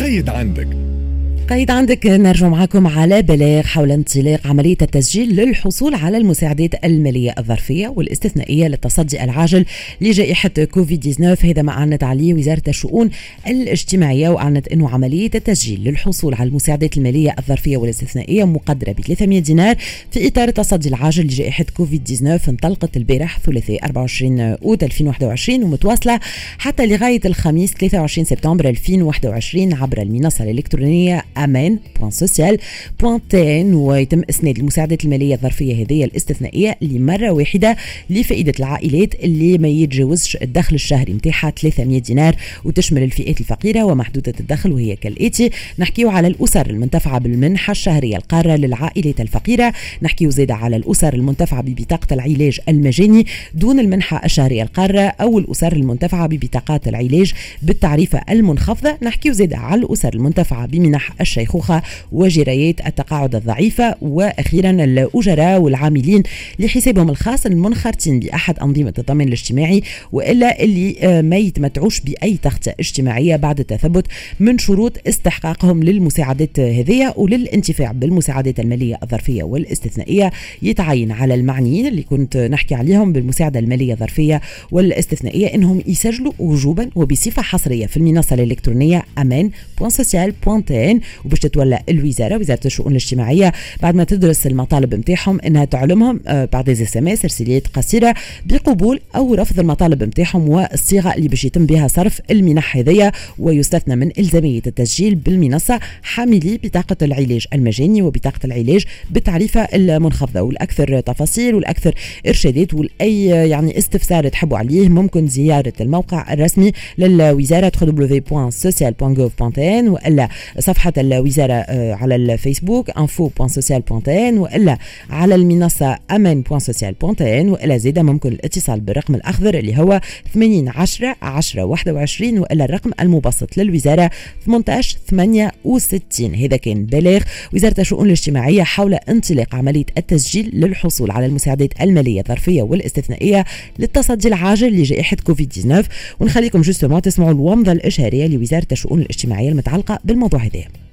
قيد عندك نرجع معكم على بلاغ حول انطلاق عملية التسجيل للحصول على المساعدات المالية الظرفية والاستثنائية للتصدي العاجل لجائحة كوفيد-19. هذا ما أعلنت عليه وزارة الشؤون الاجتماعية، وأعلنت أنه عملية التسجيل للحصول على المساعدات المالية الظرفية والاستثنائية مقدرة ب 300 دينار في إطار التصدي العاجل لجائحة كوفيد-19 انطلقت البارح ثلاثاء 24 أوت 2021 ومتواصلة حتى لغاية الخميس 23 سبتمبر 2021 عبر المنصة الإلكترونية amen.social.tn، ويتم إسناد المساعدات المالية الظرفية هذه الاستثنائية لمرة واحدة لفائدة العائلات اللي ما يتجاوزش الدخل الشهري متاعها 300 دينار، وتشمل الفئات الفقيرة ومحدودة الدخل، وهي كالآتي: نحكيو على الأسر المنتفعة بالمنحة الشهرية القارة للعائلات الفقيرة، نحكيو زيادة على الأسر المنتفعة ببطاقة العلاج المجاني دون المنحة الشهرية القارة أو الأسر المنتفعة ببطاقات العلاج بالتعريفة المنخفضة، نحكيو زيادة على الأسر المنتفعة بمنح الشيخوخة وجرايات التقاعد الضعيفة، وأخيرا الأجراء والعاملين لحسابهم الخاص المنخرطين بأحد أنظمة الضمان الاجتماعي وإلا اللي ما يتمتعوش بأي تغطية اجتماعية بعد التثبت من شروط استحقاقهم للمساعدات هذه وللانتفاع بالمساعدات المالية الظرفية والاستثنائية. يتعين على المعنيين اللي كنت نحكي عليهم بالمساعدة المالية الظرفية والاستثنائية إنهم يسجلوا وجوبا وبصفة حصرية في المنصة الإلكترونية amen.social.tn، وباش تتولى وزارة الشؤون الاجتماعية بعد ما تدرس المطالب متاعهم انها تعلمهم بعد SMS رسالات قصيرة بقبول او رفض المطالب متاعهم والصيغة اللي باش يتم بها صرف المنح هذية. ويستثنى من إلزامية التسجيل بالمنصة حاملي بطاقة العلاج المجاني وبطاقة العلاج بالتعريفة المنخفضة. والأكثر تفاصيل والأكثر إرشادات والأي يعني استفسار تحبوا عليه ممكن زيارة الموقع الرسمي للوزارة www.social.gov.tn وإلا صفحة الوزارة على الفيسبوك info.social.tn وإلا على المنصة amen.social.tn وإلا زيادة ممكن الاتصال بالرقم الأخضر اللي هو 80 10 10 21 وإلا الرقم المبسط للوزارة 18 68. هذا كان بلاغ وزارة الشؤون الاجتماعية حول انطلاق عملية التسجيل للحصول على المساعدات المالية الظرفية والاستثنائية للتصدي العاجل لجائحة كوفيد-19. ونخليكم جوستومون تسمعوا الومضة الإشهارية لوزارة الشؤون الاجتماعية المتعلقة بالموضوع هذا.